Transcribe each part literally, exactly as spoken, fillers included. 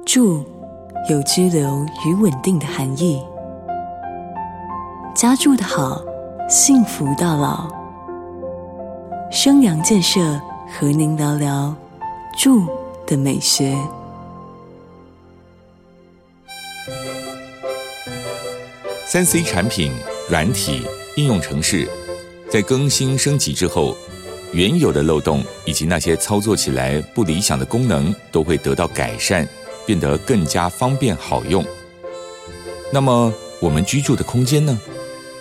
住有居留与稳定的含义。家住的好，幸福到老。生阳建设和您聊聊住的美学。 三 C 产品、软体、应用程式，在更新升级之后，原有的漏洞以及那些操作起来不理想的功能都会得到改善，变得更加方便好用。那么我们居住的空间呢？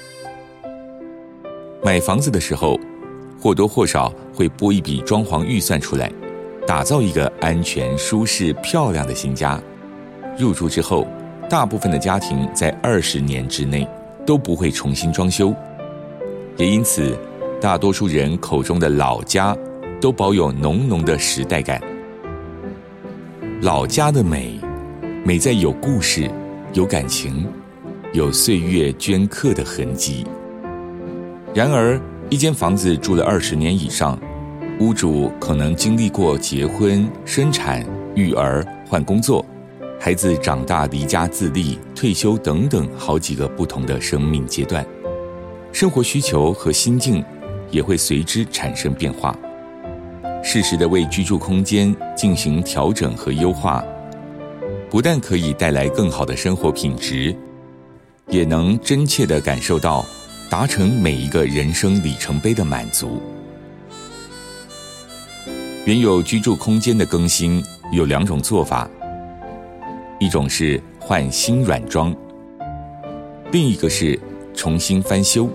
买房子的时候，或多或少会拨一笔装潢预算出来，打造一个安全、舒适、漂亮的新家。入住之后，大部分的家庭在二十年之内都不会重新装修，也因此，大多数人口中的老家都保有浓浓的时代感。老家的美，美在有故事、有感情、有岁月镌刻的痕迹。然而，一间房子住了二十年以上，屋主可能经历过结婚、生产、育儿、换工作，孩子长大离家自立、退休等等好几个不同的生命阶段，生活需求和心境也会随之产生变化。适时地为居住空间进行调整和优化，不但可以带来更好的生活品质，也能真切地感受到达成每一个人生里程碑的满足。原有居住空间的更新有两种做法，一种是换新软装，另一个是重新翻修。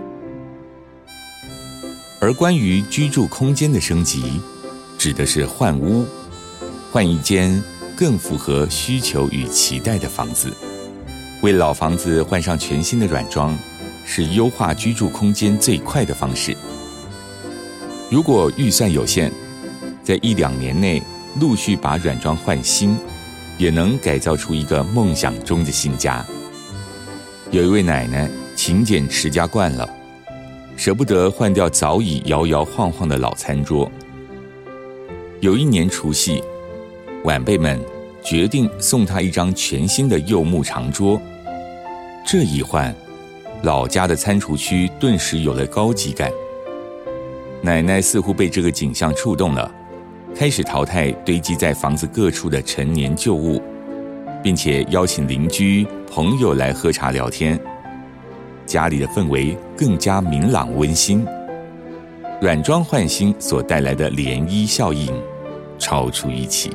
而关于居住空间的升级，指的是换屋，换一间更符合需求与期待的房子。为老房子换上全新的软装，是优化居住空间最快的方式。如果预算有限，在一两年内陆续把软装换新，也能改造出一个梦想中的新家。有一位奶奶勤俭持家惯了，舍不得换掉早已摇摇晃晃的老餐桌。有一年除夕，晚辈们决定送她一张全新的柚木长桌。这一换，老家的餐厨区顿时有了高级感。奶奶似乎被这个景象触动了，开始淘汰堆积在房子各处的陈年旧物，并且邀请邻居、朋友来喝茶聊天。家里的氛围更加明朗温馨，软装换新所带来的涟漪效应超出预期。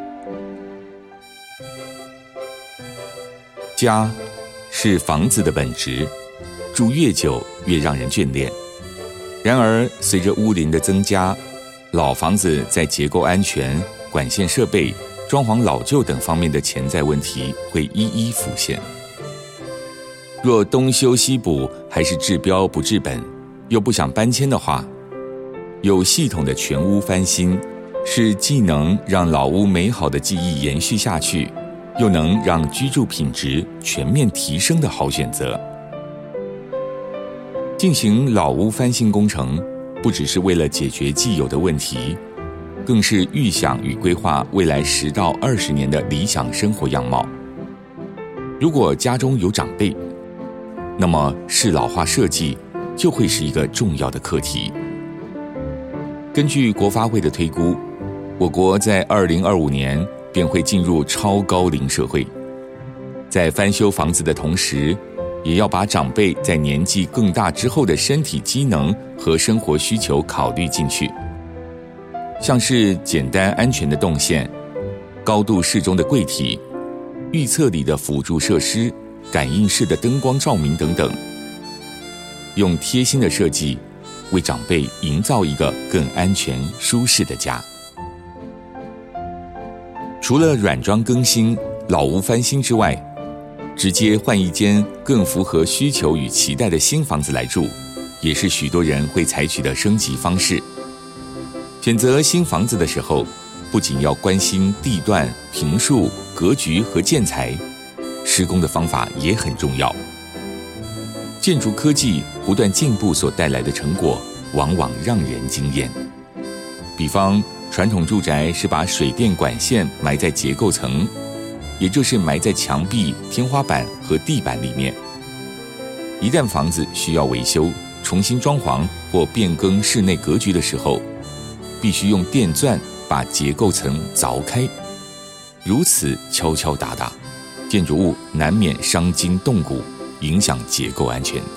家是房子的本质，住越久越让人眷恋。然而，随着屋龄的增加，老房子在结构安全、管线设备、装潢老旧等方面的潜在问题会一一浮现。若东修西补还是治标不治本，又不想搬迁的话，有系统的全屋翻新是既能让老屋美好的记忆延续下去，又能让居住品质全面提升的好选择。进行老屋翻新工程，不只是为了解决既有的问题，更是预想与规划未来十到二十年的理想生活样貌。如果家中有长辈，那么适老化设计就会是一个重要的课题。根据国发会的推估，我国在二零二五年便会进入超高龄社会。在翻修房子的同时，也要把长辈在年纪更大之后的身体机能和生活需求考虑进去，像是简单安全的动线、高度适中的柜体、预测里的辅助设施、感应式的灯光照明等等，用贴心的设计为长辈营造一个更安全舒适的家。除了软装更新、老屋翻新之外，直接换一间更符合需求与期待的新房子来住，也是许多人会采取的升级方式。选择新房子的时候，不仅要关心地段、坪数、格局和建材，施工的方法也很重要。建筑科技不断进步所带来的成果，往往让人惊艳。比方，传统住宅是把水电管线埋在结构层， 也就是埋在墙壁、天花板和地板里面。一旦房子需要维修、重新装潢或变更室内格局的时候，必须用电钻把结构层凿开。如此敲敲打打，建筑物难免伤筋动骨，影响结构安全。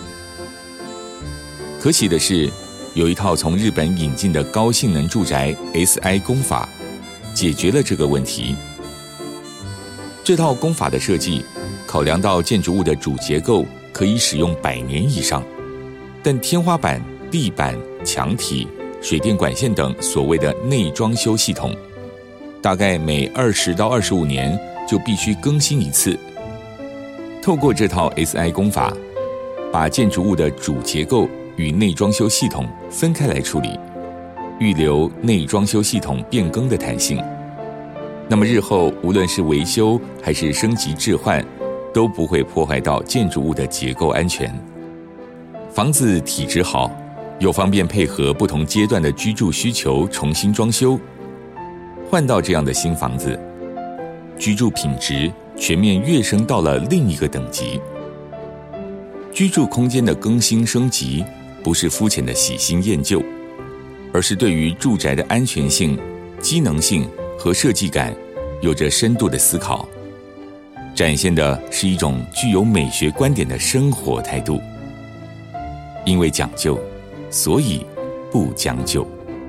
可喜的是，有一套从日本引进的高性能住宅 S I 工法，解决了这个问题。这套工法的设计，考量到建筑物的主结构可以使用百年以上，但天花板、地板、墙体、水电管线等所谓的内装修系统，大概每二十到二十五年就必须更新一次。透过这套 S I 工法，把建筑物的主结构与内装修系统分开来处理，预留内装修系统变更的弹性。那么日后无论是维修还是升级置换，都不会破坏到建筑物的结构安全。房子体质好，又方便配合不同阶段的居住需求重新装修。换到这样的新房子，居住品质全面跃升到了另一个等级。居住空间的更新升级，不是肤浅的喜新厌旧，而是对于住宅的安全性、机能性和设计感有着深度的思考，展现的是一种具有美学观点的生活态度。因为讲究，所以不将就。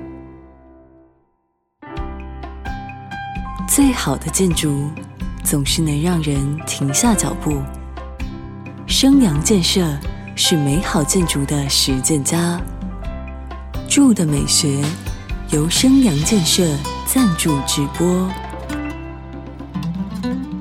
最好的建筑总是能让人停下脚步。生阳建设是美好建筑的实践家。住的美学由生阳建设赞助直播。